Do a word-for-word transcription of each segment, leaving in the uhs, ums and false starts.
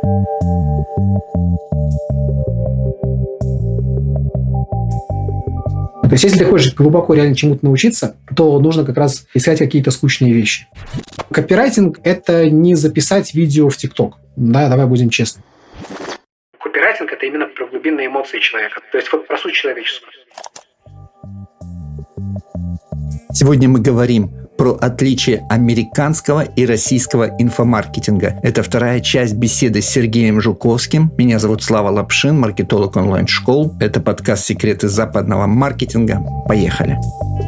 То есть, если ты хочешь глубоко реально чему-то научиться, то нужно как раз искать какие-то скучные вещи. Копирайтинг – это не записать видео в ТикТок. Да, давай будем честны. Копирайтинг – это именно про глубинные эмоции человека. То есть, вот про суть человеческую. Сегодня мы говорим про отличие американского и российского инфомаркетинга. Это вторая часть беседы с Сергеем Жуковским. Меня зовут Слава Лапшин, маркетолог онлайн-школ. Это подкаст «Секреты западного маркетинга». Поехали!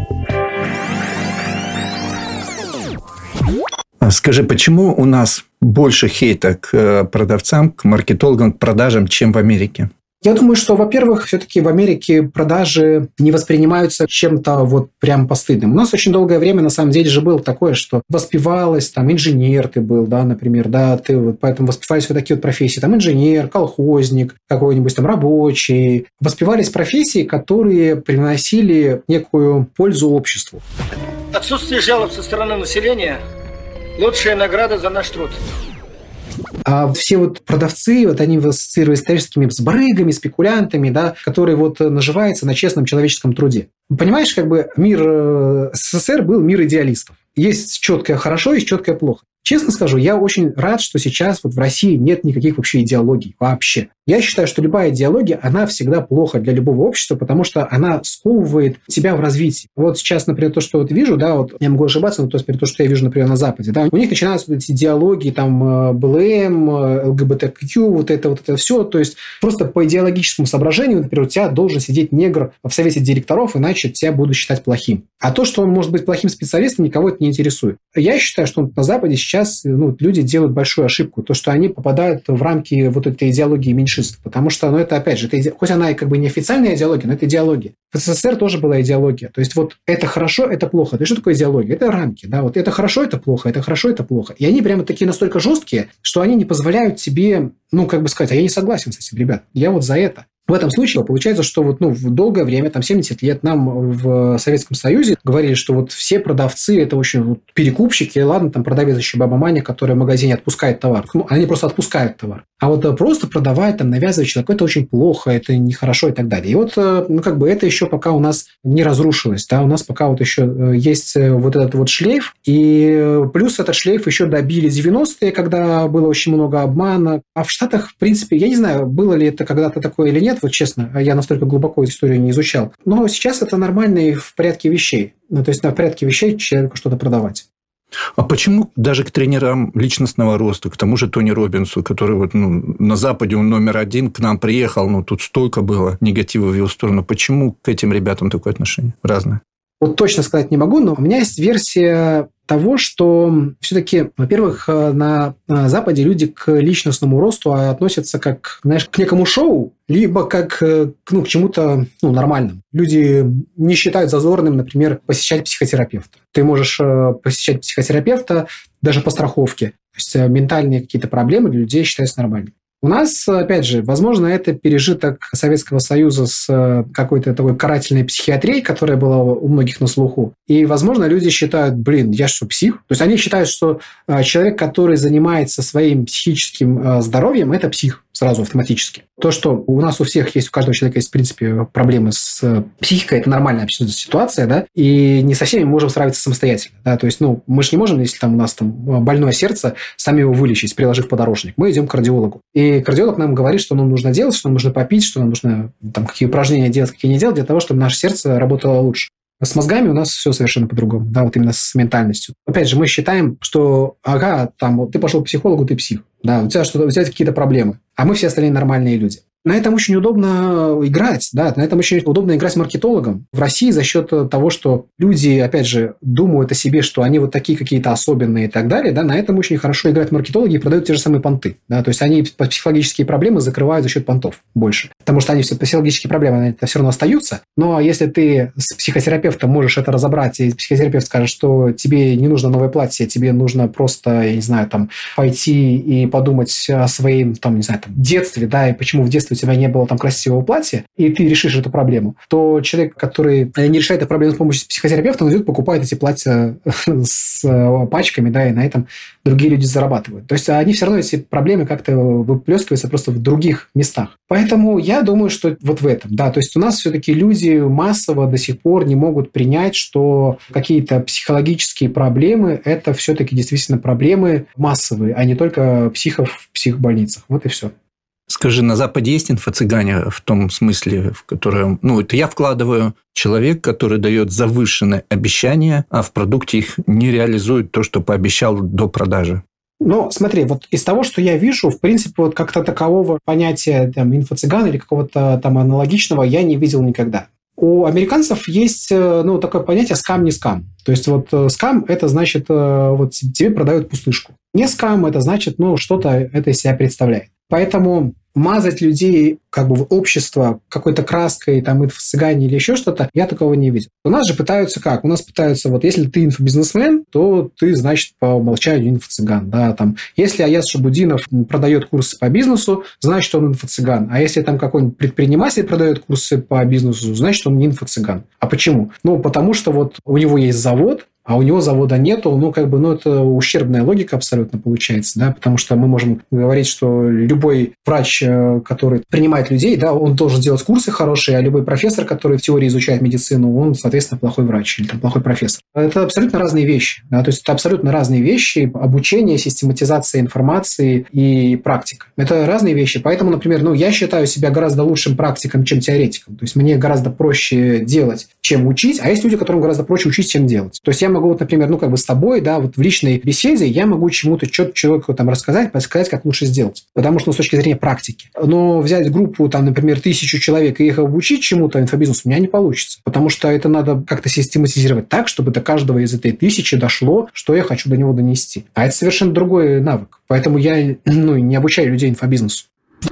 Скажи, почему у нас больше хейта к продавцам, к маркетологам, к продажам, чем в Америке? Я думаю, что, во-первых, все-таки в Америке продажи не воспринимаются чем-то вот прям постыдным. У нас очень долгое время, на самом деле, же было такое, что воспевалось, там, инженер ты был, да, например, да, ты вот, поэтому воспевались вот такие вот профессии, там, инженер, колхозник, какой-нибудь там рабочий. Воспевались профессии, которые приносили некую пользу обществу. Отсутствие жалоб со стороны населения – лучшая награда за наш труд. А все вот продавцы, вот они ассоциировались с такими с барыгами, спекулянтами, да, которые вот наживаются на честном человеческом труде. Понимаешь, как бы мир СССР был мир идеалистов. Есть четкое хорошо, есть четкое плохо. Честно скажу, я очень рад, что сейчас вот в России нет никаких вообще идеологий. Вообще. Я считаю, что любая идеология, она всегда плохо для любого общества, потому что она сковывает тебя в развитии. Вот сейчас, например, то, что вот вижу, да, вот я могу ошибаться, но то, например, то, что я вижу, например, на Западе, да, у них начинаются вот эти идеологии, там, бэ эл эм, эл гэ бэ тэ кью, вот это, вот это все. То есть просто по идеологическому соображению, например, у тебя должен сидеть негр в совете директоров, иначе тебя будут считать плохим. А то, что он может быть плохим специалистом, никого это не интересует. Я считаю, что на Западе сейчас ну, люди делают большую ошибку, то, что они попадают в рамки вот этой идеологии меньшинств. Потому что, ну, это, опять же, это иде... хоть она и как бы не официальная идеология, но это идеология. В СССР тоже была идеология. То есть, вот это хорошо, это плохо. То есть, что такое идеология? Это рамки, да, вот это хорошо, это плохо, это хорошо, это плохо. И они прямо такие настолько жесткие, что они не позволяют себе, ну, как бы сказать, а я не согласен с этим, ребят, я вот за это. В этом случае получается, что вот, ну, в долгое время, там семьдесят лет, нам в Советском Союзе говорили, что вот все продавцы – это очень вот, перекупщики, ладно, там продавец еще баба-маня, которая в магазине отпускает товар. Ну, они просто отпускают товар. А вот просто продавать, там, навязывать человеку – это очень плохо, это нехорошо и так далее. И вот, ну, как бы это еще пока у нас не разрушилось, да, у нас пока вот еще есть вот этот вот шлейф, и плюс этот шлейф еще добили девяностые, когда было очень много обмана. А в Штатах, в принципе, я не знаю, было ли это когда-то такое или нет, вот честно, я настолько глубоко историю не изучал. Но сейчас это нормально и в порядке вещей. Ну, то есть, в порядке вещей человеку что-то продавать. А почему даже к тренерам личностного роста, к тому же Тони Роббинсу, который вот, ну, на Западе он номер один, к нам приехал, ну, тут столько было негатива в его сторону. Почему к этим ребятам такое отношение разное? Вот точно сказать не могу, но у меня есть версия того, что все-таки, во-первых, на Западе люди к личностному росту относятся как, знаешь, к некому шоу, либо как ну, к чему-то ну, нормальному. Люди не считают зазорным, например, посещать психотерапевта. Ты можешь посещать психотерапевта даже по страховке. То есть ментальные какие-то проблемы для людей считаются нормальными. У нас, опять же, возможно, это пережиток Советского Союза с какой-то такой карательной психиатрией, которая была у многих на слуху. И, возможно, люди считают, блин, я что, псих? То есть они считают, что человек, который занимается своим психическим здоровьем, это псих сразу автоматически. То, что у нас у всех есть, у каждого человека есть, в принципе, проблемы с психикой, это нормальная абсолютно ситуация, да, и не со всеми мы можем справиться самостоятельно, да, то есть, ну, мы же не можем, если там у нас там больное сердце, сами его вылечить, приложив подорожник. Мы идем к кардиологу. И кардиолог нам говорит, что нам нужно делать, что нам нужно попить, что нам нужно там какие упражнения делать, какие не делать, для того, чтобы наше сердце работало лучше. С мозгами у нас все совершенно по-другому, да, вот именно с ментальностью. Опять же, мы считаем, что, ага, там, вот ты пошел к психологу, ты псих, да, у тебя что-то, у тебя какие-то проблемы, а мы все остальные нормальные люди. На этом очень удобно играть, да, на этом очень удобно играть маркетологом. В России за счет того, что люди, опять же, думают о себе, что они вот такие какие-то особенные и так далее, да, на этом очень хорошо играют маркетологи и продают те же самые понты, да, то есть они психологические проблемы закрывают за счет понтов больше, потому что они все психологические проблемы, они все равно остаются, но если ты с психотерапевтом можешь это разобрать, и психотерапевт скажет, что тебе не нужно новое платье, тебе нужно просто, я не знаю, там, пойти и подумать о своем, там, не знаю, там, детстве, да, и почему в детстве детстве у тебя не было там красивого платья, и ты решишь эту проблему, то человек, который не решает эту проблему с помощью психотерапевта, он идет, покупает эти платья с пачками, да, и на этом другие люди зарабатывают. То есть они все равно, эти проблемы как-то выплескиваются просто в других местах. Поэтому я думаю, что вот в этом, да, то есть у нас все-таки люди массово до сих пор не могут принять, что какие-то психологические проблемы – это все-таки действительно проблемы массовые, а не только психов в психбольницах. Вот и все. Скажи, на Западе есть инфо-цыгане в том смысле, в котором, ну, это я вкладываю человек, который дает завышенные обещания, а в продукте их не реализует то, что пообещал до продажи? Ну, смотри, вот из того, что я вижу, в принципе, вот как-то такового понятия там, инфо-цыган или какого-то там аналогичного я не видел никогда. У американцев есть, ну, такое понятие скам, не скам. То есть вот скам – это значит, вот тебе продают пустышку. Не скам – это значит, ну, что-то это из себя представляет. Поэтому мазать людей как бы в общество какой-то краской, там, инфо-цыгане или еще что-то, я такого не видел. У нас же пытаются как? У нас пытаются, вот если ты инфобизнесмен, то ты, значит, по умолчанию инфо-цыган. Да, там. Если Аяз Шабудинов продает курсы по бизнесу, значит, он инфо-цыган. А если там какой-нибудь предприниматель продает курсы по бизнесу, значит, он не инфо-цыган. А почему? Ну, потому что вот у него есть завод, а у него завода нету, ну, как бы, ну, это ущербная логика абсолютно получается, да, потому что мы можем говорить, что любой врач, который принимает людей, да, он должен делать курсы хорошие, а любой профессор, который в теории изучает медицину, он, соответственно, плохой врач или там, плохой профессор. Это абсолютно разные вещи, да, то есть это абсолютно разные вещи, обучение, систематизация информации и практика. Это разные вещи, поэтому, например, ну, я считаю себя гораздо лучшим практиком, чем теоретиком, то есть мне гораздо проще делать, чем учить, а есть люди, которым гораздо проще учить, чем делать. То есть я могу, вот, например, ну, как бы с тобой, да, вот в личной беседе я могу чему-то что-то человеку там рассказать, подсказать, как лучше сделать. Потому что, ну, с точки зрения практики. Но взять группу, там, например, тысячу человек и их обучить чему-то инфобизнесу у меня не получится. Потому что это надо как-то систематизировать так, чтобы до каждого из этой тысячи дошло, что я хочу до него донести. А это совершенно другой навык. Поэтому я, ну, не обучаю людей инфобизнесу.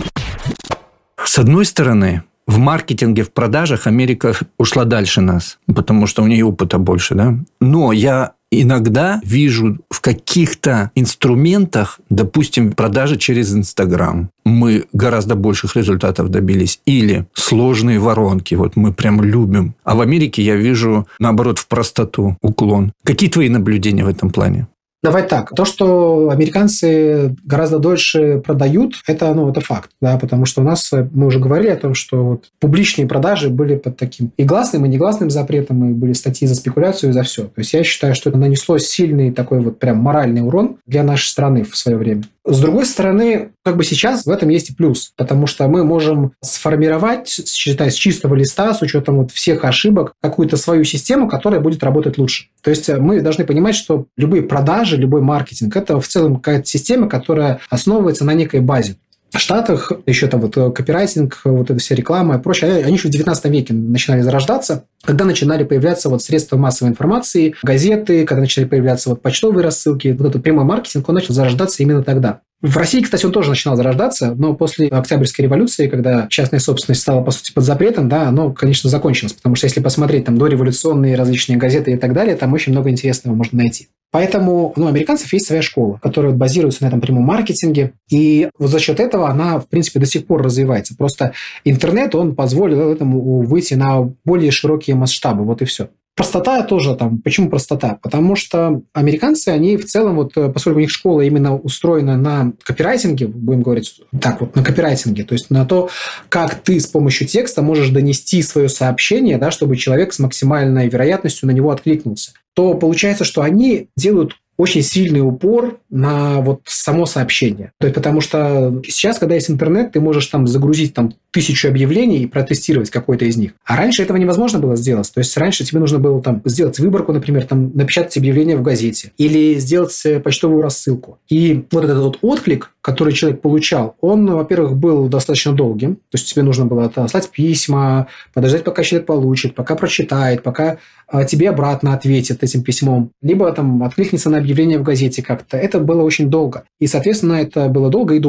С одной стороны, в маркетинге, в продажах Америка ушла дальше нас, потому что у нее опыта больше, да. Но я иногда вижу в каких-то инструментах, допустим, продажи через Инстаграм, мы гораздо больших результатов добились. Или сложные воронки, вот мы прям любим. А в Америке я вижу, наоборот, в простоту уклон. Какие твои наблюдения в этом плане? Давай так. То, что американцы гораздо дольше продают, это, ну, это факт, да, потому что у нас, мы уже говорили о том, что вот публичные продажи были под таким и гласным, и негласным запретом, и были статьи за спекуляцию, и за все. То есть я считаю, что это нанесло сильный такой вот прям моральный урон для нашей страны в свое время. С другой стороны, как бы сейчас в этом есть и плюс, потому что мы можем сформировать, считай, с чистого листа, с учетом вот всех ошибок, какую-то свою систему, которая будет работать лучше. То есть мы должны понимать, что любые продажи, любой маркетинг – это в целом какая-то система, которая основывается на некой базе. В Штатах еще там вот копирайтинг, вот эта вся реклама и прочее, они еще в девятнадцатом веке начинали зарождаться, когда начинали появляться вот средства массовой информации, газеты, когда начали появляться вот почтовые рассылки. Вот этот прямой маркетинг, он начал зарождаться именно тогда. В России, кстати, он тоже начинал зарождаться, но после Октябрьской революции, когда частная собственность стала, по сути, под запретом, да, оно, конечно, закончилось. Потому что если посмотреть там дореволюционные различные газеты и так далее, там очень много интересного можно найти. Поэтому, ну, у американцев есть своя школа, которая базируется на этом прямом маркетинге, и вот за счет этого она, в принципе, до сих пор развивается. Просто интернет, он позволил этому выйти на более широкие масштабы, вот и все. Простота тоже там. Почему простота? Потому что американцы, они в целом, вот, поскольку у них школа именно устроена на копирайтинге, будем говорить так вот, на копирайтинге, то есть на то, как ты с помощью текста можешь донести свое сообщение, да, чтобы человек с максимальной вероятностью на него откликнулся, то получается, что они делают очень сильный упор на вот само сообщение. То есть, потому что сейчас, когда есть интернет, ты можешь там загрузить там тысячу объявлений и протестировать какой-то из них. А раньше этого невозможно было сделать. То есть, раньше тебе нужно было там сделать выборку, например, там напечатать объявление в газете или сделать почтовую рассылку. И вот этот вот отклик, который человек получал, он, во-первых, был достаточно долгим. То есть, тебе нужно было отослать письма, подождать, пока человек получит, пока прочитает, пока тебе обратно ответит этим письмом. Либо там откликнется на объявление в газете как-то. Это было очень долго. И, соответственно, это было долго и дорого.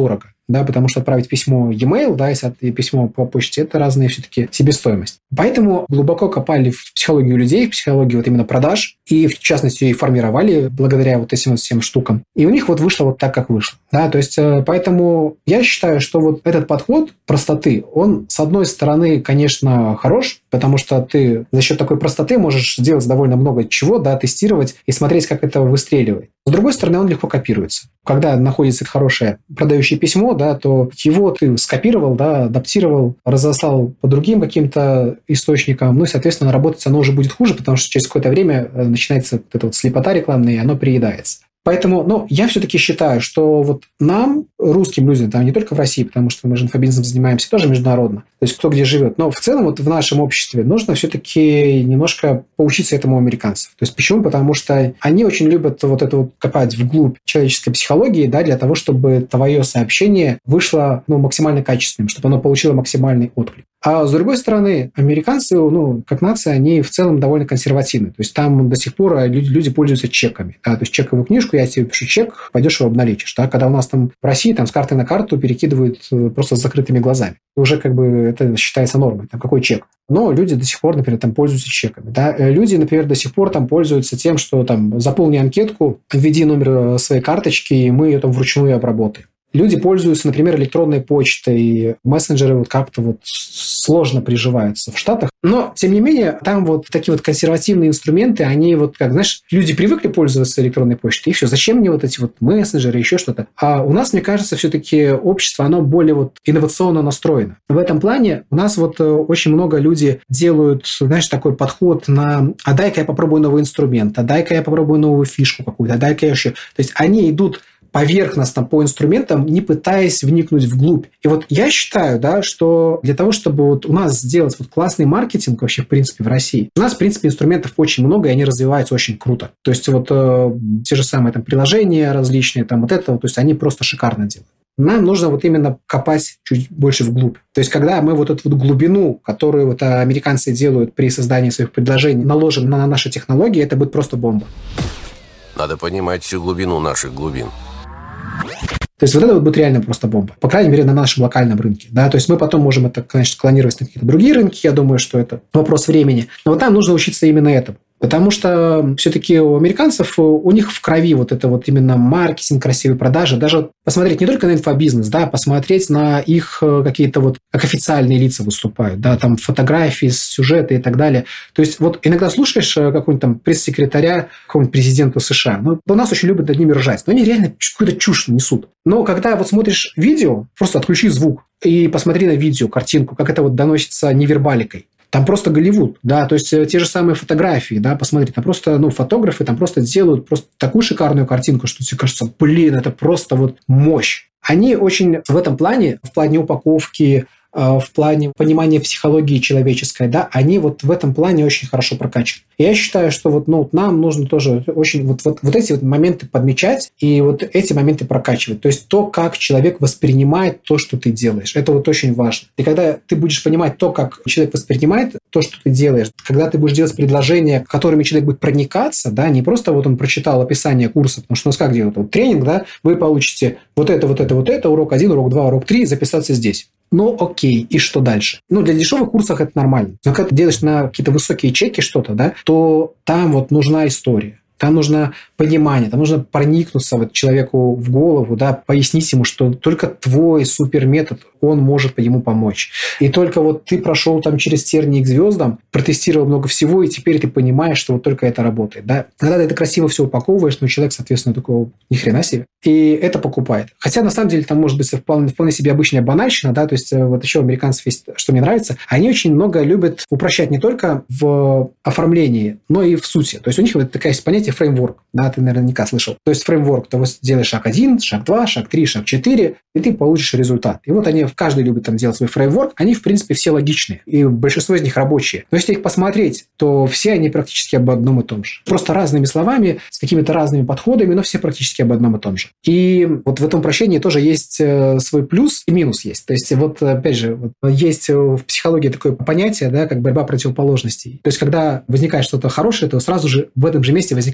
да, потому что отправить письмо e-mail, да, если письмо по почте, это разная все-таки себестоимость. Поэтому глубоко копали в психологию людей, в психологию вот именно продаж, и в частности и формировали благодаря вот этим вот всем штукам. И у них вот вышло вот так, как вышло. Да, то есть, поэтому я считаю, что вот этот подход простоты, он, с одной стороны, конечно, хорош, потому что ты за счет такой простоты можешь делать довольно много чего, да, тестировать и смотреть, как это выстреливает. С другой стороны, он легко копируется. Когда находится хорошее продающее письмо, да, то его ты скопировал, да, адаптировал, разослал по другим каким-то источникам, ну и, соответственно, работать оно уже будет хуже, потому что через какое-то время начинается вот эта вот слепота рекламная, и оно приедается. Поэтому, ну, я все-таки считаю, что вот нам, русским людям, там не только в России, потому что мы же инфобизнесом занимаемся тоже международно, то есть кто где живет, но в целом вот в нашем обществе нужно все-таки немножко поучиться этому у американцев. То есть почему? Потому что они очень любят вот это вот копать вглубь человеческой психологии, да, для того, чтобы твое сообщение вышло, ну, максимально качественным, чтобы оно получило максимальный отклик. А с другой стороны, американцы, ну, как нация, они в целом довольно консервативны. То есть там до сих пор люди, люди пользуются чеками. Да? То есть чековую книжку, я тебе пишу чек, пойдешь его обналичишь. Да? Когда у нас там в России там, с карты на карту перекидывают просто с закрытыми глазами. Уже как бы это считается нормой. Там, какой чек? Но люди до сих пор, например, там пользуются чеками. Да? Люди, например, до сих пор там пользуются тем, что там заполни анкетку, введи номер своей карточки, и мы ее там вручную обработаем. Люди пользуются, например, электронной почтой, мессенджеры вот как-то вот сложно приживаются в Штатах. Но, тем не менее, там вот такие вот консервативные инструменты, они вот, как, знаешь, люди привыкли пользоваться электронной почтой, и все, зачем мне вот эти вот мессенджеры, еще что-то. А у нас, мне кажется, все-таки общество, оно более вот инновационно настроено. В этом плане у нас вот очень много людей делают, знаешь, такой подход на «а дай-ка я попробую новый инструмент», «а дай-ка я попробую новую фишку какую-то», «а дай-ка я еще». То есть они идут поверхностно по инструментам, не пытаясь вникнуть вглубь. И вот я считаю, да, что для того, чтобы вот у нас сделать вот классный маркетинг вообще, в принципе, в России, у нас, в принципе, инструментов очень много, и они развиваются очень круто. То есть вот э, те же самые там приложения различные, там вот это, то есть они просто шикарно делают. Нам нужно вот именно копать чуть больше вглубь. То есть, когда мы вот эту вот глубину, которую вот американцы делают при создании своих предложений, наложим на наши технологии, это будет просто бомба. Надо понимать всю глубину наших глубин. То есть, вот это вот будет реально просто бомба. По крайней мере, на нашем локальном рынке. Да? То есть, мы потом можем это, конечно, клонировать на какие-то другие рынки. Я думаю, что это вопрос времени. Но вот там нужно учиться именно этому. Потому что все-таки у американцев, у них в крови вот это вот именно маркетинг, красивые продажи. Даже посмотреть не только на инфобизнес, да, посмотреть на их какие-то вот, как официальные лица выступают, да, там фотографии, сюжеты и так далее. То есть, вот иногда слушаешь какого-нибудь там пресс-секретаря какого-нибудь президента США, ну, у нас очень любят над ними ржать, но они реально какую-то чушь несут. Но когда вот смотришь видео, просто отключи звук и посмотри на видео, картинку, как это вот доносится невербаликой. Там просто Голливуд, да, то есть те же самые фотографии, да, посмотри, там просто, ну, фотографы там просто делают просто такую шикарную картинку, что тебе кажется, блин, это просто вот мощь. Они очень в этом плане, в плане упаковки, в плане понимания психологии человеческой, да, они вот в этом плане очень хорошо прокачаны. Я считаю, что вот, ну, нам нужно тоже очень вот, вот, вот эти вот моменты подмечать и вот эти моменты прокачивать. То есть то, как человек воспринимает то, что ты делаешь. Это вот очень важно. И когда ты будешь понимать то, как человек воспринимает то, что ты делаешь, когда ты будешь делать предложения, которыми человек будет проникаться, да, не просто вот он прочитал описание курса, потому что у нас как делают? Вот тренинг, да, вы получите вот это, вот это, вот это, урок один, урок два, урок три, записаться здесь. Ну, окей, и что дальше? Ну, для дешевых курсов это нормально. Но когда ты делаешь на какие-то высокие чеки что-то, да, то там вот нужна история. Там нужно понимание, там нужно проникнуться вот человеку в голову, да, пояснить ему, что только твой суперметод, он может ему помочь. И только вот ты прошел там через тернии к звездам, протестировал много всего, и теперь ты понимаешь, что вот только это работает. Да? Когда ты это красиво все упаковываешь, ну, человек, соответственно, такой, ни хрена себе. И это покупает. Хотя, на самом деле, там может быть вполне, вполне себе обычная банальщина, да, то есть вот еще у американцев есть, что мне нравится, они очень много любят упрощать не только в оформлении, но и в сути. То есть у них вот такая есть понятие фреймворк, да, ты наверняка слышал. То есть фреймворк, то есть делаешь шаг один, шаг два, шаг три, шаг четыре, и ты получишь результат. И вот они, каждый любит там делать свой фреймворк, они, в принципе, все логичные, и большинство из них рабочие. Но если их посмотреть, то все они практически об одном и том же. Просто разными словами, с какими-то разными подходами, но все практически об одном и том же. И вот в этом упрощении тоже есть свой плюс и минус есть. То есть вот, опять же, вот есть в психологии такое понятие, да, как борьба противоположностей. То есть когда возникает что-то хорошее, то сразу же в этом же месте возникает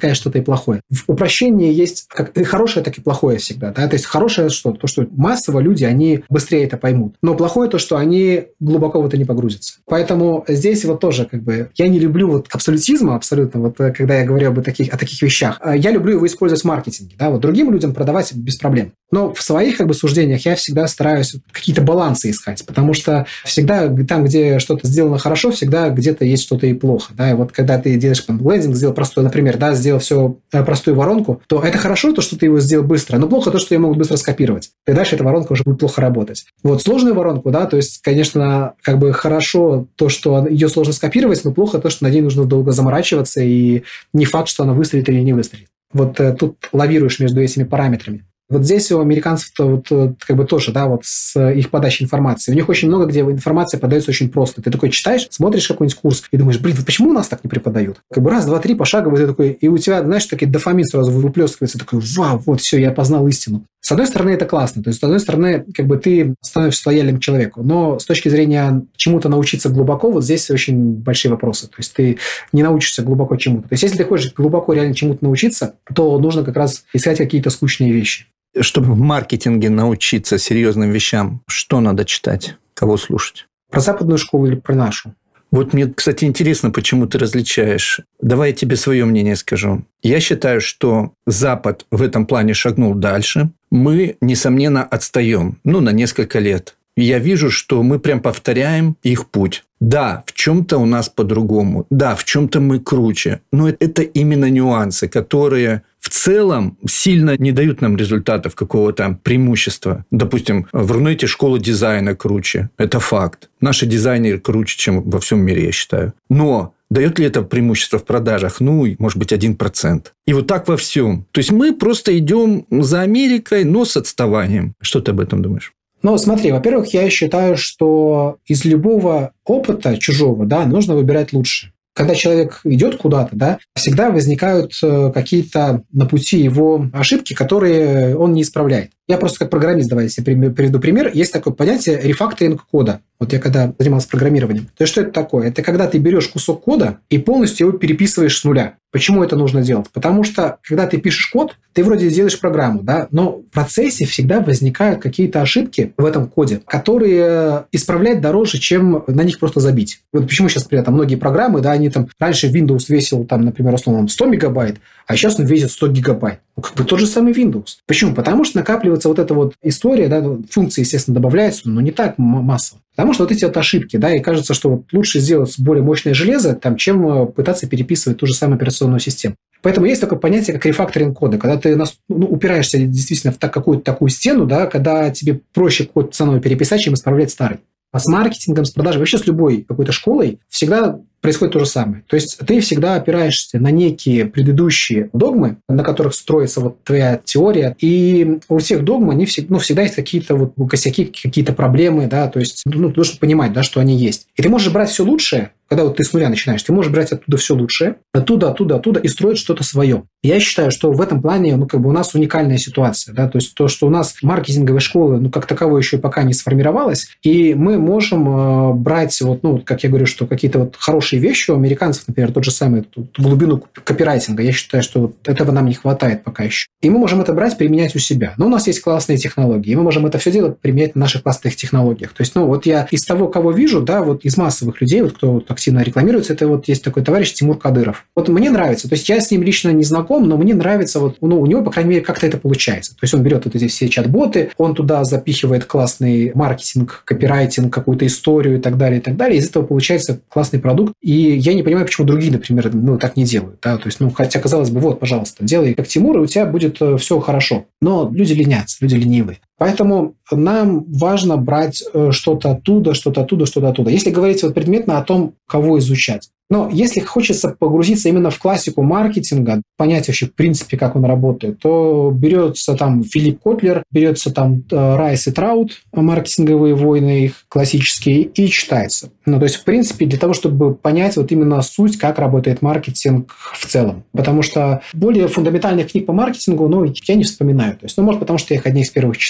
возникает что-то и плохое. В упрощении есть как и хорошее, так и плохое всегда. Да? То есть хорошее что? То, что массово люди, они быстрее это поймут. Но плохое то, что они глубоко в это не погрузятся. Поэтому здесь вот тоже как бы я не люблю вот абсолютизма абсолютно, вот когда я говорю об таких, о таких вещах. Я люблю его использовать в маркетинге. Да? Вот другим людям продавать без проблем. Но в своих как бы суждениях я всегда стараюсь какие-то балансы искать, потому что всегда там, где что-то сделано хорошо, всегда где-то есть что-то и плохо. Да? И вот когда ты делаешь там, лендинг, сделал простой, например, да, сделал все простую воронку, то это хорошо, то, что ты его сделал быстро, но плохо то, что ее могут быстро скопировать. И дальше эта воронка уже будет плохо работать. Вот сложную воронку, да, то есть, конечно, как бы хорошо то, что ее сложно скопировать, но плохо то, что на ней нужно долго заморачиваться, и не факт, что она выстрелит или не выстрелит. Вот э, тут лавируешь между этими параметрами. Вот здесь у американцев-то вот, как бы тоже, да, вот с их подачей информации. У них очень много, где информация подается очень просто. Ты такой читаешь, смотришь какой-нибудь курс и думаешь, блин, почему у нас так не преподают? Как бы раз, два, три, пошагово, ты такой, и у тебя, знаешь, такой дофамин сразу выплескивается, такой, вау, вот, все, я познал истину. С одной стороны, это классно. То есть, с одной стороны, как бы ты становишься лояльным к человеку. Но с точки зрения чему-то научиться глубоко, вот здесь очень большие вопросы. То есть, ты не научишься глубоко чему-то. То есть, если ты хочешь глубоко реально чему-то научиться, то нужно как раз искать какие-то скучные вещи. Чтобы в маркетинге научиться серьезным вещам, что надо читать? Кого слушать? Про западную школу или про нашу? Вот мне, кстати, интересно, почему ты различаешь. Давай я тебе свое мнение скажу. Я считаю, что Запад в этом плане шагнул дальше. Мы, несомненно, отстаем. Ну, на несколько лет. И я вижу, что мы прям повторяем их путь. Да, в чем-то у нас по-другому. Да, в чем-то мы круче. Но это именно нюансы, которые в целом сильно не дают нам результатов, какого-то преимущества. Допустим, в Рунете школа дизайна круче. Это факт. Наши дизайнеры круче, чем во всем мире, я считаю. Но дает ли это преимущество в продажах? Ну, может быть, один процент. И вот так во всем. То есть, мы просто идем за Америкой, но с отставанием. Что ты об этом думаешь? Ну, смотри, во-первых, я считаю, что из любого опыта чужого, да, нужно выбирать лучше. Когда человек идет куда-то, да, всегда возникают какие-то на пути его ошибки, которые он не исправляет. Я просто как программист, давайте я приведу пример. Есть такое понятие рефакторинг кода. Вот я когда занимался программированием. То есть, что это такое? Это когда ты берешь кусок кода и полностью его переписываешь с нуля. Почему это нужно делать? Потому что, когда ты пишешь код, ты вроде делаешь программу, да, но в процессе всегда возникают какие-то ошибки в этом коде, которые исправлять дороже, чем на них просто забить. Вот почему сейчас, например, там многие программы, да, они там раньше Windows весил, там, например, в основном сто мегабайт, а сейчас он весит сто гигабайт. Ну, как бы тот же самый Windows. Почему? Потому что накапливается вот эта вот история, да, функции, естественно, добавляются, но не так массово. Потому что вот эти вот ошибки, да, и кажется, что вот лучше сделать более мощное железо, там, чем пытаться переписывать ту же самую операционную систему. Поэтому есть такое понятие, как рефакторинг кода, когда ты ну, упираешься действительно в так, какую-то такую стену, да, когда тебе проще код заново переписать, чем исправлять старый. А с маркетингом, с продажей, вообще с любой какой-то школой всегда происходит то же самое. То есть, ты всегда опираешься на некие предыдущие догмы, на которых строится вот твоя теория, и у всех догм, они всегда, ну, всегда есть какие-то вот косяки, какие-то проблемы, да, то есть, ну, ты должен понимать, да, что они есть. И ты можешь брать все лучшее, когда вот ты с нуля начинаешь, ты можешь брать оттуда все лучшее, оттуда, оттуда, оттуда и строить что-то свое. Я считаю, что в этом плане, ну, как бы у нас уникальная ситуация, да, то есть, то, что у нас маркетинговая школа, ну, как таковой еще пока не сформировалась, и мы можем э, брать, вот, ну, как я говорю, что какие-то вот хорошие вещи у американцев, например, тот же самый тут, глубину копирайтинга, я считаю, что вот этого нам не хватает пока еще. И мы можем это брать, применять у себя. Но у нас есть классные технологии, и мы можем это все дело применять на наших классных технологиях. То есть, ну, вот я из того, кого вижу, да, вот из массовых людей, вот кто вот активно рекламируется, это вот есть такой товарищ Тимур Кадыров. Вот мне нравится, то есть, я с ним лично не знаком, но мне нравится, вот, ну, у него, по крайней мере, как-то это получается. То есть, он берет вот эти все чат-боты, он туда запихивает классный маркетинг, копирайтинг, какую-то историю и так далее, и так далее. Из этого получается классный продукт. И я не понимаю, почему другие, например, ну, так не делают. Да? То есть, ну, хотя, казалось бы, вот, пожалуйста, делай как Тимур, и у тебя будет все хорошо. Но люди ленятся, люди ленивые. Поэтому нам важно брать что-то оттуда, что-то оттуда, что-то оттуда. Если говорить вот предметно о том, кого изучать. Но если хочется погрузиться именно в классику маркетинга, понять вообще, в принципе, как он работает, то берется там Филипп Котлер, берется там Райс и Траут, маркетинговые войны их классические, и читается. Ну, то есть, в принципе, для того, чтобы понять вот именно суть, как работает маркетинг в целом. Потому что более фундаментальных книг по маркетингу, ну, я не вспоминаю. То есть, ну, может, потому что я их одни из первых читал.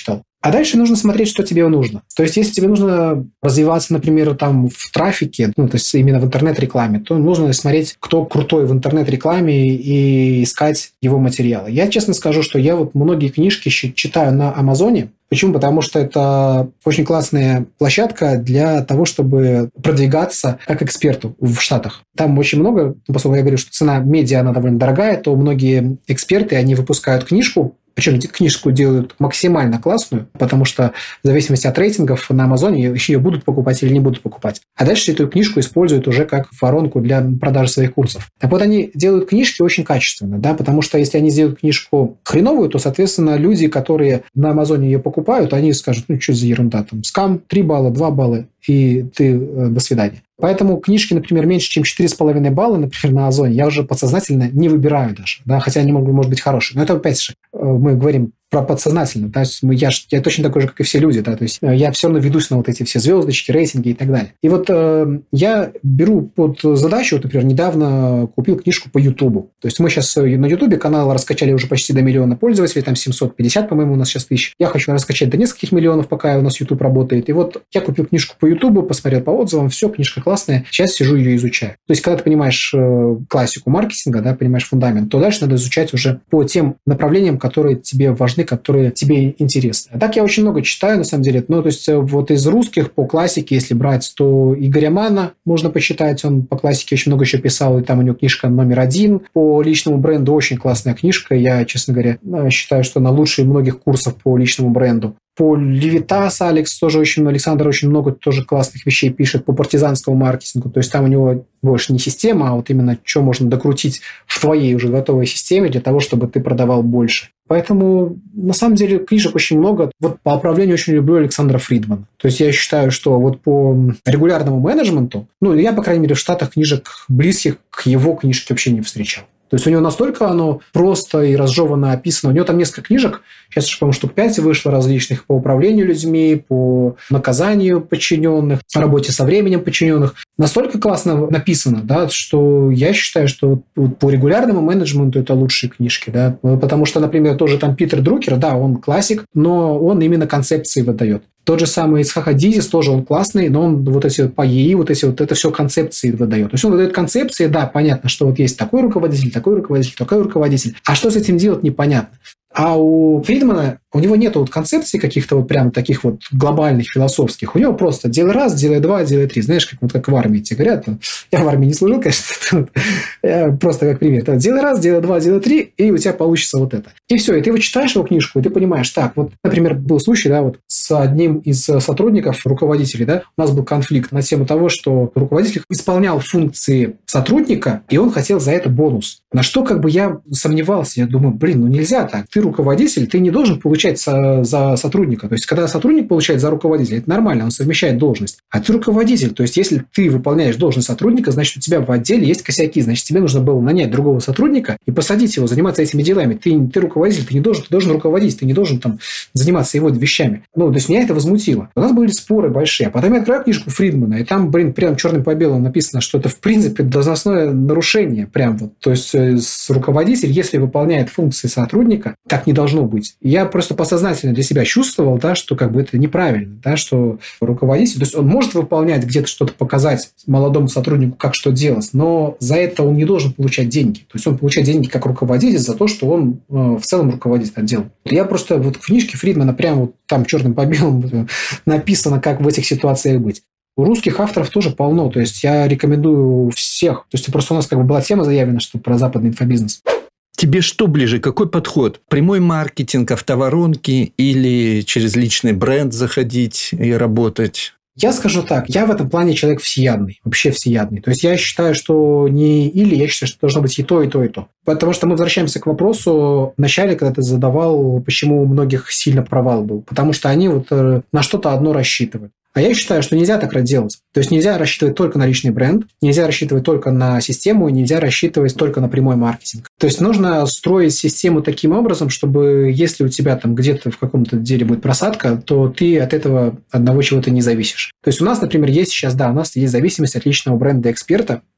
А дальше нужно смотреть, что тебе нужно. То есть, если тебе нужно развиваться, например, там в трафике, ну, то есть именно в интернет-рекламе, то нужно смотреть, кто крутой в интернет-рекламе и искать его материалы. Я честно скажу, что я вот многие книжки читаю на Амазоне. Почему? Потому что это очень классная площадка для того, чтобы продвигаться как эксперту в Штатах. Там очень много, поскольку я говорю, что цена медиа, она довольно дорогая, то многие эксперты, они выпускают книжку, причем книжку делают максимально классную, потому что в зависимости от рейтингов на Амазоне ее будут покупать или не будут покупать. А дальше эту книжку используют уже как воронку для продажи своих курсов. Так вот, они делают книжки очень качественно, да, потому что если они сделают книжку хреновую, то, соответственно, люди, которые на Амазоне ее покупают, они скажут, ну, что за ерунда, там, скам, три балла, два балла, и ты э, до свидания. Поэтому книжки, например, меньше, чем четыре с половиной балла, например, на Озоне, я уже подсознательно не выбираю даже, да, хотя они могут, может быть, хорошие. Но это, опять же, мы говорим про подсознательно, да, я, я точно такой же, как и все люди, да, то есть я все равно ведусь на вот эти все звездочки, рейтинги и так далее. И вот э, я беру под задачу, вот, например, недавно купил книжку по Ютубу. То есть мы сейчас на Ютубе канал раскачали уже почти до миллиона пользователей, там семьсот пятьдесят, по-моему, у нас сейчас тысяч. Я хочу раскачать до нескольких миллионов, пока у нас Ютуб работает. И вот я купил книжку по Ютубу, посмотрел по отзывам, все, книжка классная, сейчас сижу ее изучаю. То есть когда ты понимаешь э, классику маркетинга, да, понимаешь фундамент, то дальше надо изучать уже по тем направлениям, которые тебе важны, которые тебе интересны. А так я очень много читаю, на самом деле. Ну, то есть вот из русских по классике, если брать, то Игоря Манна можно почитать, он по классике очень много еще писал, и там у него книжка номер один. По личному бренду очень классная книжка. Я, честно говоря, считаю, что она лучше многих курсов по личному бренду. По Левитас Алекс тоже очень, Александр очень много тоже классных вещей пишет по партизанскому маркетингу. То есть там у него больше не система, а вот именно что можно докрутить в твоей уже готовой системе для того, чтобы ты продавал больше. Поэтому, на самом деле, книжек очень много. Вот по управлению очень люблю Александра Фридмана. То есть я считаю, что вот по регулярному менеджменту, ну, я, по крайней мере, в Штатах книжек близких к его книжке вообще не встречал. То есть у него настолько оно просто и разжеванно описано. У него там несколько книжек, сейчас, по-моему, штук пять вышло различных по управлению людьми, по наказанию подчиненных, по работе со временем подчиненных. Настолько классно написано, да, что я считаю, что по регулярному менеджменту это лучшие книжки. Да, потому что, например, тоже там Питер Друкер, да, он классик, но он именно концепции выдает. Тот же самый Исхак Адизис, тоже он классный, но он вот эти вот по ЕИ, вот эти вот, это все концепции выдает. То есть он выдает концепции, да, понятно, что вот есть такой руководитель, такой руководитель, такой руководитель. А что с этим делать, непонятно. А у Фридмана, у него нет вот концепций каких-то вот прям таких вот глобальных, философских. У него просто делай раз, делай два, делай три. Знаешь, как, вот как в армии тебе говорят. Я в армии не служил, конечно. Просто как пример. Делай раз, делай два, делай три, и у тебя получится вот это. И все. И ты вот читаешь его книжку, и ты понимаешь, так, вот, например, был случай, да, вот с одним из сотрудников, руководителей, да, у нас был конфликт на тему того, что руководитель исполнял функции сотрудника, и он хотел за это бонус. На что как бы я сомневался. Я думаю, блин, ну нельзя так. Ты руководитель, ты не должен получать за, за сотрудника. То есть, когда сотрудник получает за руководителя, это нормально, он совмещает должность. А ты руководитель. То есть, если ты выполняешь должность сотрудника, значит, у тебя в отделе есть косяки. Значит, тебе нужно было нанять другого сотрудника и посадить его, заниматься этими делами. Ты, ты руководитель, ты не должен, ты должен руководить, ты не должен там заниматься его вещами. Ну, то есть, меня это возмутило. У нас были споры большие. А потом я открою книжку Фридмана, и там, блин, прям черным по белому написано, что это, в принципе, должностное нарушение. Прям вот. То есть, руководитель, если выполняет функции сотрудника, так не должно быть. Я просто подсознательно для себя чувствовал, да, что как бы это неправильно, да, что руководитель, то есть он может выполнять где-то что-то, показать молодому сотруднику, как что делать, но за это он не должен получать деньги. То есть он получает деньги как руководитель за то, что он э, в целом руководит отделом. Я просто вот в книжке Фридмана прямо вот там черным по белому написано, как в этих ситуациях быть. У русских авторов тоже полно, то есть я рекомендую всех. То есть просто у нас как бы была тема заявлена, что про западный инфобизнес. Тебе что ближе? Какой подход? Прямой маркетинг, автоворонки или через личный бренд заходить и работать? Я скажу так, я в этом плане человек всеядный, вообще всеядный. То есть я считаю, что не или, я считаю, что должно быть и то, и то, и то. Потому что мы возвращаемся к вопросу в начале, когда ты задавал, почему у многих сильно провал был. Потому что они вот на что-то одно рассчитывают. А я считаю, что нельзя так делать. То есть нельзя рассчитывать только на личный бренд, нельзя рассчитывать только на систему, нельзя рассчитывать только на прямой маркетинг. То есть нужно строить систему таким образом, чтобы если у тебя там где-то в каком-то деле будет просадка, то ты от этого одного чего-то не зависишь. То есть у нас, например, есть сейчас, да, у нас есть зависимость от личного бренда эксперта.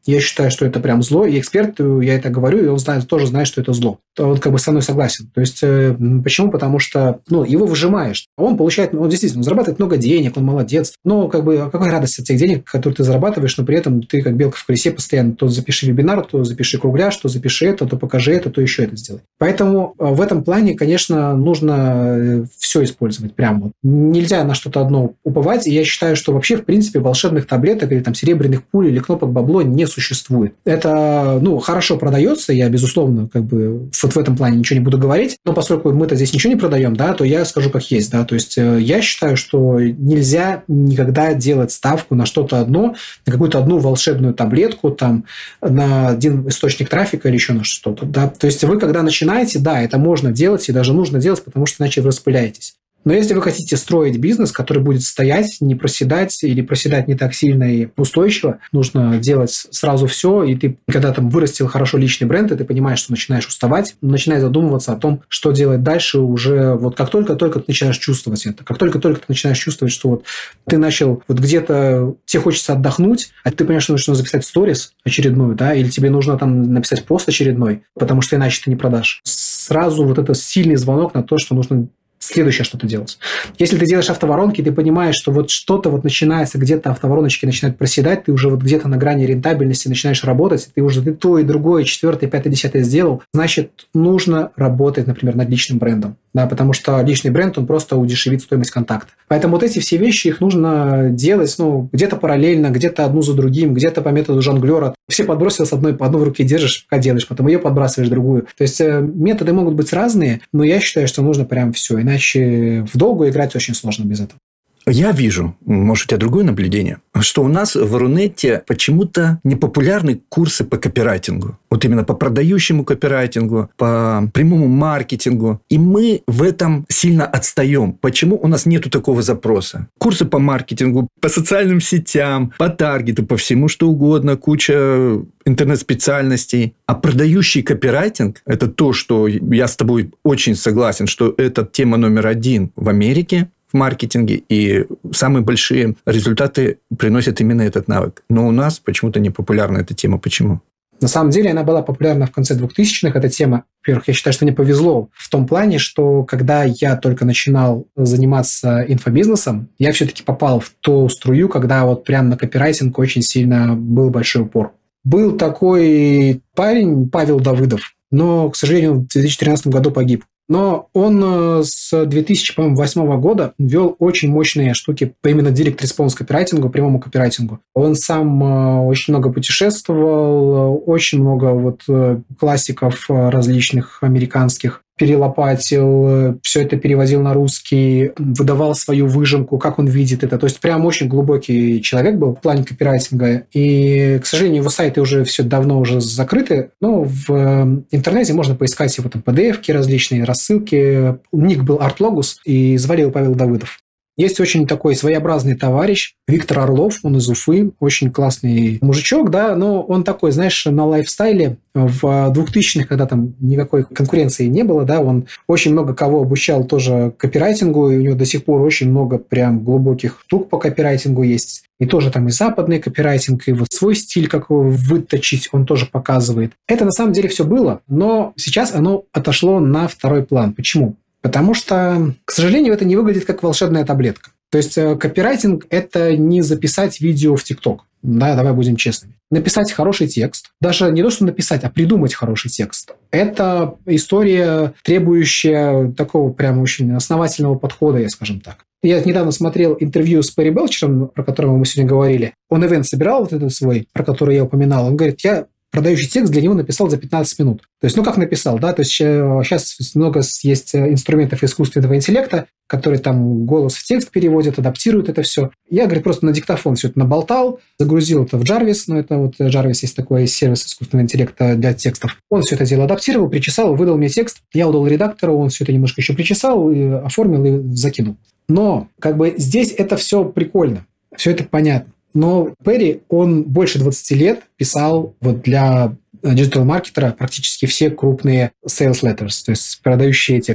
Я считаю, что это прям зло, и эксперту я это говорю, и он знает, тоже знает, что это зло. Он как бы со мной согласен. То есть, почему? Потому что ну, его выжимаешь. Он получает, он действительно он зарабатывает много денег, он молодец, но как бы какая радость от тех денег, которые ты зарабатываешь, но при этом ты как белка в колесе постоянно то запиши вебинар, то запиши кругляш, то запиши это, то покажи это, то еще это сделай. Поэтому в этом плане, конечно, нужно все использовать прямо. Вот. Нельзя на что-то одно уповать, и я считаю, что вообще, в принципе, волшебных таблеток или там серебряных пуль или кнопок бабло не существует. Это, ну, хорошо продается, я, безусловно, как бы вот в этом плане ничего не буду говорить, но поскольку мы-то здесь ничего не продаем, да, то я скажу как есть, да, то есть я считаю, что нельзя никогда делать ставку на что-то одно, на какую-то одну волшебную таблетку, там, на один источник трафика или еще на что-то, да, то есть вы, когда начинаете, да, это можно делать и даже нужно делать, потому что иначе вы распыляетесь. Но если вы хотите строить бизнес, который будет стоять, не проседать или проседать не так сильно и устойчиво, нужно делать сразу все, и ты, когда там вырастил хорошо личный бренд, и ты понимаешь, что начинаешь уставать, начинаешь задумываться о том, что делать дальше уже вот как только-только ты начинаешь чувствовать это, как только-только ты начинаешь чувствовать, что вот ты начал вот где-то, тебе хочется отдохнуть, а ты понимаешь, что нужно записать сторис очередную, да, или тебе нужно там написать пост очередной, потому что иначе ты не продашь. Сразу вот это сильный звонок на то, что нужно следующее что-то делать. Если ты делаешь автоворонки, ты понимаешь, что вот что-то вот начинается, где-то автовороночки начинают проседать, ты уже вот где-то на грани рентабельности начинаешь работать, ты уже ты то и другое, четвертое, пятое, десятое сделал, значит, нужно работать, например, над личным брендом. Да, потому что личный бренд, он просто удешевит стоимость контакта. Поэтому вот эти все вещи, их нужно делать, ну, где-то параллельно, где-то одну за другим, где-то по методу жонглера. Все подбросил с одной, по одной в руке держишь, пока делаешь, потом ее подбрасываешь другую. То есть методы могут быть разные, но я считаю, что нужно прям все. Иначе в долгую играть очень сложно без этого. Я вижу, может, у тебя другое наблюдение, что у нас в Рунете почему-то непопулярны курсы по копирайтингу. Вот именно по продающему копирайтингу, по прямому маркетингу. И мы в этом сильно отстаем. Почему у нас нету такого запроса? Курсы по маркетингу, по социальным сетям, по таргету, по всему что угодно, куча интернет-специальностей. А продающий копирайтинг – это то, что я с тобой очень согласен, что это тема номер один в Америке, в маркетинге, и самые большие результаты приносит именно этот навык. Но у нас почему-то не популярна эта тема. Почему? На самом деле она была популярна в конце двухтысячных, эта тема. Во-первых, я считаю, что мне повезло в том плане, что когда я только начинал заниматься инфобизнесом, я все-таки попал в ту струю, когда вот прям на копирайтинг очень сильно был большой упор. Был такой парень, Павел Давыдов, но, к сожалению, в две тысячи тринадцатом году погиб. Но он с две тысячи восьмого года вел очень мощные штуки по именно direct response копирайтингу, прямому копирайтингу. Он сам очень много путешествовал, очень много вот классиков различных американских перелопатил, все это переводил на русский, выдавал свою выжимку, как он видит это. То есть прям очень глубокий человек был в плане копирайтинга. И, к сожалению, его сайты уже все давно уже закрыты. Но в интернете можно поискать его там пи ди эф-ки различные, рассылки. Ник был ArtLogus, и звали его Павел Давыдов. Есть очень такой своеобразный товарищ, Виктор Орлов, он из Уфы, очень классный мужичок, да, но он такой, знаешь, на лайфстайле в двухтысячных, когда там никакой конкуренции не было, да, он очень много кого обучал тоже копирайтингу, и у него до сих пор очень много прям глубоких штук по копирайтингу есть. И тоже там и западный копирайтинг, и вот свой стиль, как его выточить, он тоже показывает. Это на самом деле все было, но сейчас оно отошло на второй план. Почему? Потому что, к сожалению, это не выглядит как волшебная таблетка. То есть копирайтинг – это не записать видео в ТикТок. Да, давай будем честными. Написать хороший текст, даже не то, что написать, а придумать хороший текст. Это история, требующая такого прям очень основательного подхода, я скажем так. Я недавно смотрел интервью с Перри Белчером, про которого мы сегодня говорили. Он ивент собирал вот этот свой, про который я упоминал. Он говорит, я продающий текст для него написал за пятнадцать минут. То есть, ну как написал, да? То есть сейчас много есть инструментов искусственного интеллекта, которые там голос в текст переводят, адаптируют это все. Я, говорит, просто на диктофон все это наболтал, загрузил это в Jarvis, ну это вот Jarvis есть такой сервис искусственного интеллекта для текстов. Он все это дело адаптировал, причесал, выдал мне текст, я удал редактору, он все это немножко еще причесал, и оформил и закинул. Но как бы здесь это все прикольно, все это понятно. Но Перри, он больше двадцати лет писал вот для диджитал-маркетера практически все крупные sales letters, то есть продающие тексты.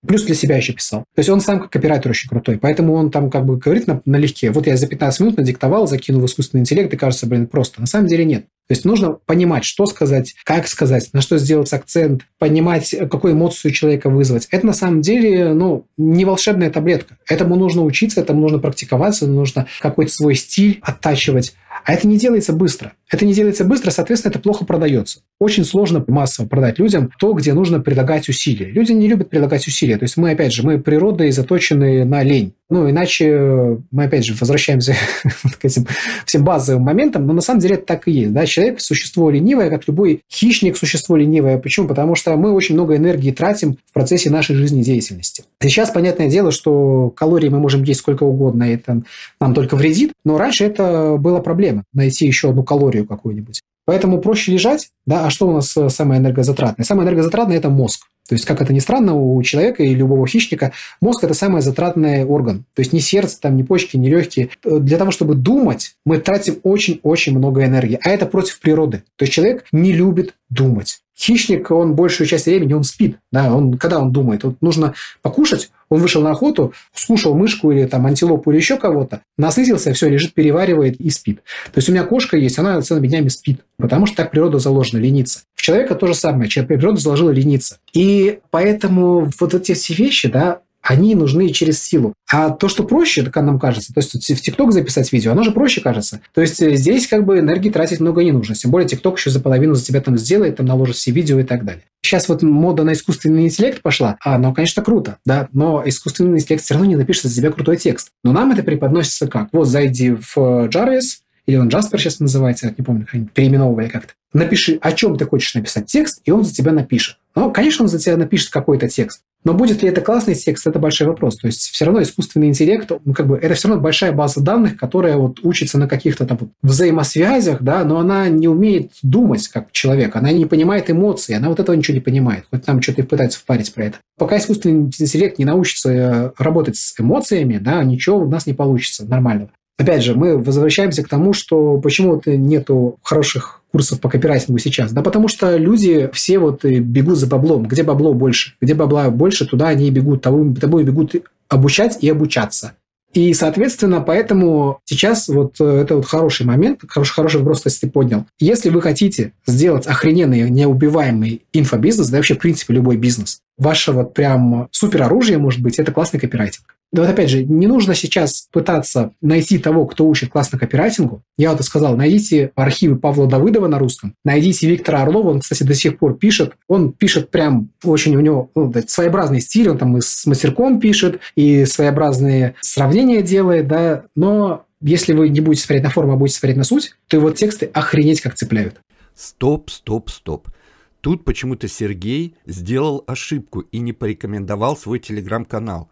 Плюс для себя еще писал. То есть он сам как копирайтер очень крутой. Поэтому он там как бы говорит на, налегке. Вот я за пятнадцать минут надиктовал, закинул в искусственный интеллект, и кажется, блин, просто. На самом деле нет. То есть нужно понимать, что сказать, как сказать, на что сделать акцент, понимать, какую эмоцию у человека вызвать. Это на самом деле ну, не волшебная таблетка. Этому нужно учиться, этому нужно практиковаться, нужно какой-то свой стиль оттачивать. А это не делается быстро. Это не делается быстро, соответственно, это плохо продается. Очень сложно массово продать людям то, где нужно прилагать усилия. Люди не любят прилагать усилия. То есть мы, опять же, мы природой заточены на лень. Ну, иначе мы, опять же, возвращаемся к этим всем базовым моментам, но на самом деле это так и есть. Да? Человек – существо ленивое, как любой хищник – существо ленивое. Почему? Потому что мы очень много энергии тратим в процессе нашей жизнедеятельности. Сейчас, понятное дело, что калорий мы можем есть сколько угодно, и это нам только вредит, но раньше это была проблема – найти еще одну калорию какую-нибудь. Поэтому проще лежать, да, а что у нас самое энергозатратное? Самое энергозатратное – это мозг. То есть, как это ни странно, у человека и любого хищника мозг – это самый затратный орган. То есть, ни сердце, там, ни почки, ни легкие. Для того, чтобы думать, мы тратим очень-очень много энергии. А это против природы. То есть, человек не любит думать. Хищник, он большую часть времени, он спит. Да? Он, когда он думает? Вот нужно покушать, он вышел на охоту, скушал мышку или там, антилопу или еще кого-то, насытился, все, лежит, переваривает и спит. То есть, у меня кошка есть, она целыми днями спит. Потому что так природа заложена, лениться. В человека то же самое. Природа заложила лениться. И поэтому вот эти все вещи, да, они нужны через силу. А то, что проще, как нам кажется, то есть в ТикТок записать видео, оно же проще кажется. То есть здесь как бы энергии тратить много не нужно. Тем более ТикТок еще за половину за тебя там сделает, там наложит все видео и так далее. Сейчас вот мода на искусственный интеллект пошла. А, ну, конечно, круто, да, но искусственный интеллект все равно не напишет за тебя крутой текст. Но нам это преподносится как? Вот зайди в Jarvis, или он Jasper сейчас называется, я не помню, переименовывали как-то. Напиши, о чем ты хочешь написать текст, и он за тебя напишет. Ну, конечно, он за тебя напишет какой-то текст. Но будет ли это классный текст, это большой вопрос. То есть, все равно искусственный интеллект, ну, как бы, это все равно большая база данных, которая вот учится на каких-то там вот взаимосвязях, да, но она не умеет думать как человек, она не понимает эмоции, она вот этого ничего не понимает. Хоть нам что-то и пытаются впарить про это. Пока искусственный интеллект не научится работать с эмоциями, да, ничего у нас не получится нормального. Опять же, мы возвращаемся к тому, что почему-то нету хороших курсов по копирайтингу сейчас. Да потому что люди все вот бегут за баблом. Где бабло больше? Где бабла больше, туда они и бегут. Тобой, тобой бегут обучать и обучаться. И, соответственно, поэтому сейчас вот это вот хороший момент, хороший, хороший вопрос, если ты поднял. Если вы хотите сделать охрененный, неубиваемый инфобизнес, да вообще, в принципе, любой бизнес, ваше вот прям супероружие, может быть, это классный копирайтинг. Да вот опять же, не нужно сейчас пытаться найти того, кто учит классно копирайтингу. Я вот и сказал, найдите архивы Павла Давыдова на русском, найдите Виктора Орлова, он, кстати, до сих пор пишет. Он пишет прям очень у него ну, своеобразный стиль, он там и с мастерком пишет, и своеобразные сравнения делает, да, но если вы не будете смотреть на форму, а будете смотреть на суть, то его тексты охренеть как цепляют. Стоп, стоп, стоп. Тут почему-то Сергей сделал ошибку и не порекомендовал свой телеграм-канал.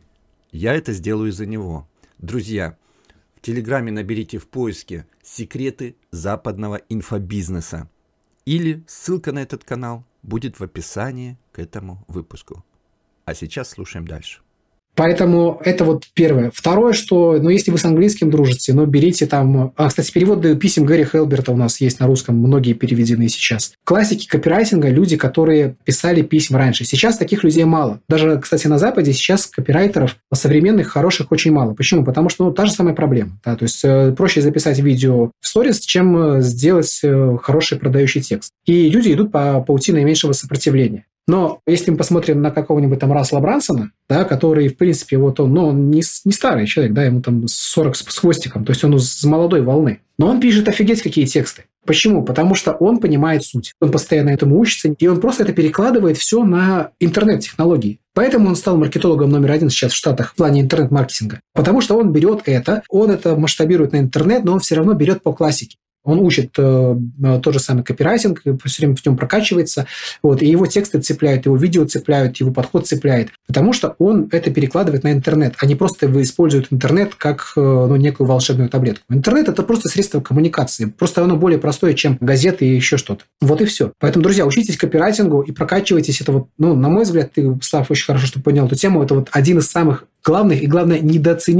Я это сделаю за него. Друзья, в Телеграме наберите в поиске «Секреты западного инфобизнеса». Или ссылка на этот канал будет в описании к этому выпуску. А сейчас слушаем дальше. Поэтому это вот первое. Второе, что, ну, если вы с английским дружите, ну, берите там... А, кстати, переводы писем Гэри Хелберта у нас есть на русском, многие переведены сейчас. Классики копирайтинга – люди, которые писали письма раньше. Сейчас таких людей мало. Даже, кстати, на Западе сейчас копирайтеров современных, хороших очень мало. Почему? Потому что, ну, та же самая проблема. Да? То есть, э, проще записать видео в сторис, чем сделать э, хороший продающий текст. И люди идут по паутине наименьшего сопротивления. Но если мы посмотрим на какого-нибудь там Рассела Брансона, да, который, в принципе, вот он, ну, он не, не старый человек, да, ему там сорок с, с хвостиком, то есть он с молодой волны. Но он пишет офигеть какие тексты. Почему? Потому что он понимает суть. Он постоянно этому учится, и он просто это перекладывает все на интернет-технологии. Поэтому он стал маркетологом номер один сейчас в Штатах в плане интернет-маркетинга. Потому что он берет это, он это масштабирует на интернет, но он все равно берет по классике. Он учит э, тот же самый копирайтинг, все время в нем прокачивается, вот, и его тексты цепляют, его видео цепляют, его подход цепляет, потому что он это перекладывает на интернет, а не просто использует интернет как э, ну, некую волшебную таблетку. Интернет – это просто средство коммуникации, просто оно более простое, чем газеты и еще что-то. Вот и все. Поэтому, друзья, учитесь копирайтингу и прокачивайтесь. Это вот, ну, на мой взгляд, ты, Слав, очень хорошо, что поднял эту тему, это вот один из самых главных и, главное, недооцененных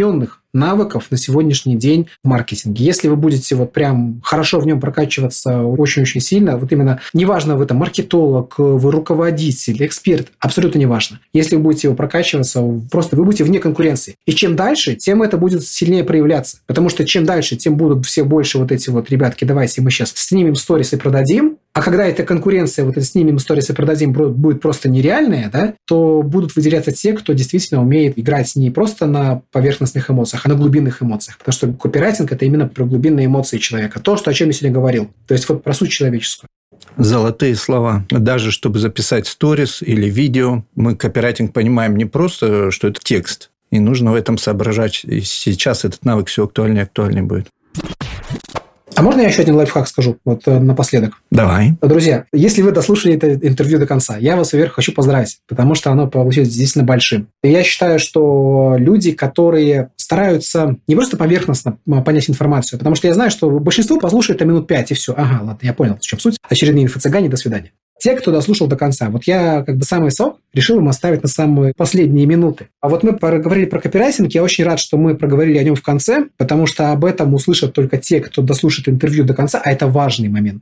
навыков на сегодняшний день в маркетинге. Если вы будете вот прям хорошо в нем прокачиваться очень-очень сильно, вот именно, неважно, вы там маркетолог, вы руководитель, эксперт, абсолютно неважно. Если вы будете его прокачиваться, просто вы будете вне конкуренции. И чем дальше, тем это будет сильнее проявляться. Потому что чем дальше, тем будут все больше вот эти вот, ребятки, давайте мы сейчас снимем сторис и продадим. А когда эта конкуренция, вот это снимем сторис и продадим, будет просто нереальная, да, то будут выделяться те, кто действительно умеет играть не просто на поверхностных эмоциях, а на глубинных эмоциях. Потому что копирайтинг – это именно про глубинные эмоции человека. То, что, о чем я сегодня говорил. То есть вот про суть человеческую. Золотые слова. Даже чтобы записать сторис или видео, мы копирайтинг понимаем не просто, что это текст. И нужно в этом соображать. И сейчас этот навык все актуальнее и актуальнее будет. А можно я еще один лайфхак скажу вот напоследок? Давай. Друзья, если вы дослушали это интервью до конца, я вас, во-первых, хочу поздравить, потому что оно получилось действительно большим. И я считаю, что люди, которые стараются не просто поверхностно понять информацию, потому что я знаю, что большинство послушает это минут пять, и все. Ага, ладно, я понял, в чем суть. Очередные инфо-цыгане, до свидания. Те, кто дослушал до конца, вот я как бы самый сок решил им оставить на самые последние минуты. А вот мы проговорили про копирайтинг, я очень рад, что мы проговорили о нем в конце, потому что об этом услышат только те, кто дослушает интервью до конца, а это важный момент.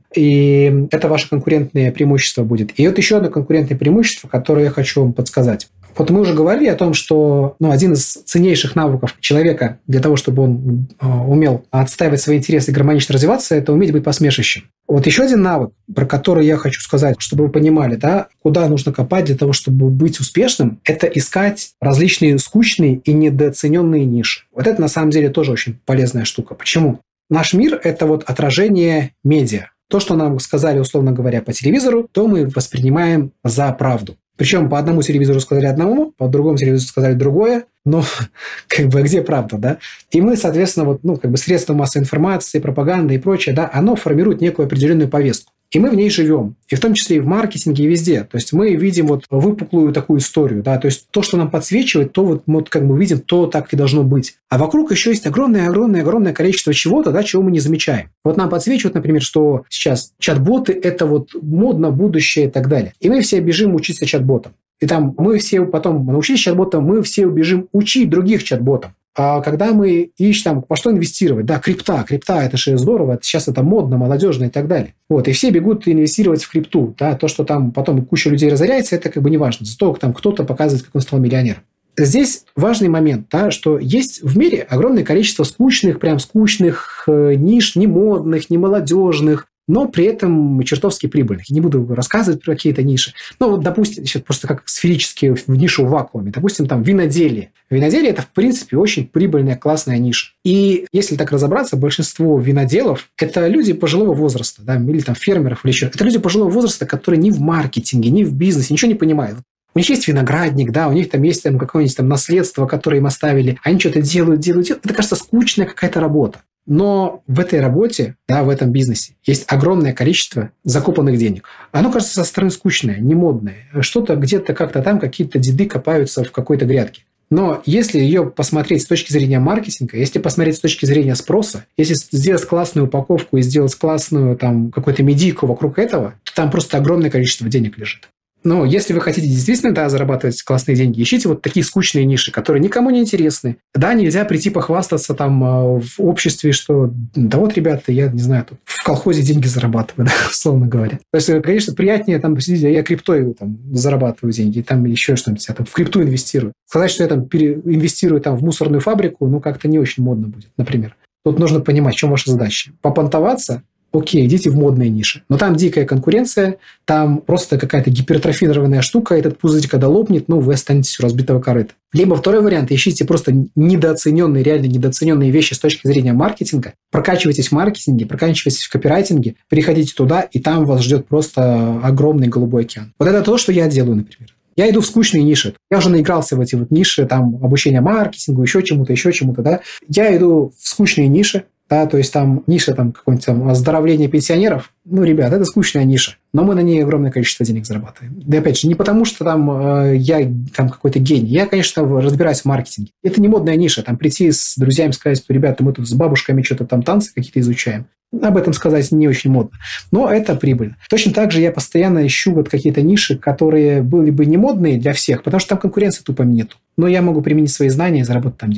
И это ваше конкурентное преимущество будет. И вот еще одно конкурентное преимущество, которое я хочу вам подсказать. Вот мы уже говорили о том, что ну, один из ценнейших навыков человека для того, чтобы он э, умел отстаивать свои интересы и гармонично развиваться, это уметь быть посмешищем. Вот еще один навык, про который я хочу сказать, чтобы вы понимали, да, куда нужно копать для того, чтобы быть успешным, это искать различные скучные и недооцененные ниши. Вот это на самом деле тоже очень полезная штука. Почему? Наш мир – это вот отражение медиа. То, что нам сказали, условно говоря, по телевизору, то мы воспринимаем за правду. Причем по одному телевизору сказали одному, по другому телевизору сказали другое, но как бы где правда, да? И мы, соответственно, вот, ну, как бы средства массовой информации, пропаганда и прочее, да, оно формирует некую определенную повестку. И мы в ней живем. И в том числе и в маркетинге, и везде. То есть мы видим вот выпуклую такую историю, да, то есть то, что нам подсвечивает, то вот мы как бы видим, то так и должно быть. А вокруг еще есть огромное-огромное-огромное количество чего-то, да, чего мы не замечаем. Вот нам подсвечивают, например, что сейчас чат-боты – это вот модно, будущее и так далее. И мы все бежим учиться чат-ботам. И там мы все потом научились чат-ботам, мы все убежим учить других чат-ботам. А когда мы ищем, там, во что инвестировать, да, крипта, крипта, это же здорово, сейчас это модно, молодежно и так далее. Вот, и все бегут инвестировать в крипту, да, то, что там потом куча людей разоряется, это как бы не важно, зато там кто-то показывает, как он стал миллионером. Здесь важный момент, да, что есть в мире огромное количество скучных, прям скучных э, ниш, не модных, не молодежных, но при этом чертовски прибыльных. Я не буду рассказывать про какие-то ниши. Ну, вот, допустим, сейчас просто как сферические в нишу в вакууме. Допустим, там виноделие. Виноделие – это, в принципе, очень прибыльная, классная ниша. И если так разобраться, большинство виноделов – это люди пожилого возраста, да, или там фермеров, или еще. Это люди пожилого возраста, которые ни в маркетинге, ни в бизнесе ничего не понимают. У них есть виноградник, да, у них там есть там какое-нибудь там наследство, которое им оставили. Они что-то делают, делают, делают. Это, кажется, скучная какая-то работа. Но в этой работе, да, в этом бизнесе есть огромное количество закопанных денег. Оно, кажется, со стороны скучное, не модное. Что-то где-то как-то там какие-то деды копаются в какой-то грядке. Но если ее посмотреть с точки зрения маркетинга, если посмотреть с точки зрения спроса, если сделать классную упаковку и сделать классную там какую-то медийку вокруг этого, то там просто огромное количество денег лежит. Но если вы хотите действительно, да, зарабатывать классные деньги, ищите вот такие скучные ниши, которые никому не интересны. Да, нельзя прийти похвастаться там в обществе, что да вот, ребята, я не знаю, тут в колхозе деньги зарабатываю, да, условно говоря. То есть, конечно, приятнее там сидеть, я криптой там зарабатываю деньги, там еще что-нибудь, я там в крипту инвестирую. Сказать, что я там инвестирую там в мусорную фабрику, ну, как-то не очень модно будет, например. Тут нужно понимать, в чем ваша задача. Попонтоваться. Окей, идите в модные ниши. Но там дикая конкуренция, там просто какая-то гипертрофированная штука, этот пузырь, когда лопнет, ну, вы останетесь у разбитого корыта. Либо второй вариант, ищите просто недооцененные, реально недооцененные вещи с точки зрения маркетинга, прокачивайтесь в маркетинге, прокачивайтесь в копирайтинге, переходите туда, и там вас ждет просто огромный голубой океан. Вот это то, что я делаю, например. Я иду в скучные ниши. Я уже наигрался в эти вот ниши, там, обучение маркетингу, еще чему-то, еще чему-то, да. Я иду в скучные ниши, да, то есть там ниша там какое-нибудь там оздоровление пенсионеров. Ну, ребят, это скучная ниша, но мы на ней огромное количество денег зарабатываем. Да, опять же, не потому, что там э, я там какой-то гений. Я, конечно, разбираюсь в маркетинге. Это не модная ниша. Там прийти с друзьями сказать, что, ребята, мы тут с бабушками что-то там танцы какие-то изучаем. Об этом сказать не очень модно. Но это прибыльно. Точно так же я постоянно ищу вот какие-то ниши, которые были бы не модные для всех, потому что там конкуренции тупо нету. Но я могу применить свои знания и заработать там деньги.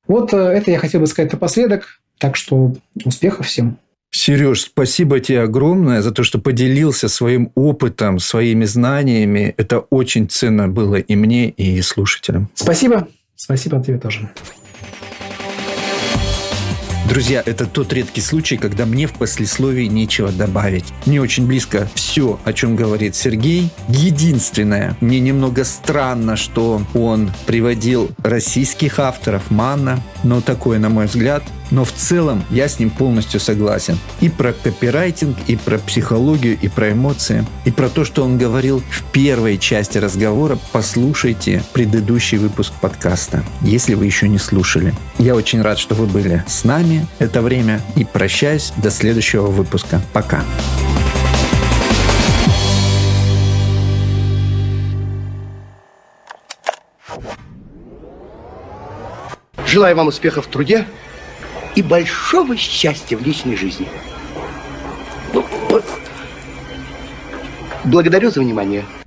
Вот это я хотел бы сказать напоследок. Так что успехов всем. Сереж, спасибо тебе огромное за то, что поделился своим опытом, своими знаниями. Это очень ценно было и мне, и слушателям. Спасибо. Спасибо тебе тоже. Друзья, это тот редкий случай, когда мне в послесловии нечего добавить. Мне очень близко все, о чем говорит Сергей. Единственное, мне немного странно, что он приводил российских авторов Манна, но такое, на мой взгляд. Но в целом я с ним полностью согласен. И про копирайтинг, и про психологию, и про эмоции. И про то, что он говорил в первой части разговора. Послушайте предыдущий выпуск подкаста, если вы еще не слушали. Я очень рад, что вы были с нами это время. И прощаюсь до следующего выпуска. Пока. Желаю вам успехов в труде и большого счастья в личной жизни. Благодарю за внимание.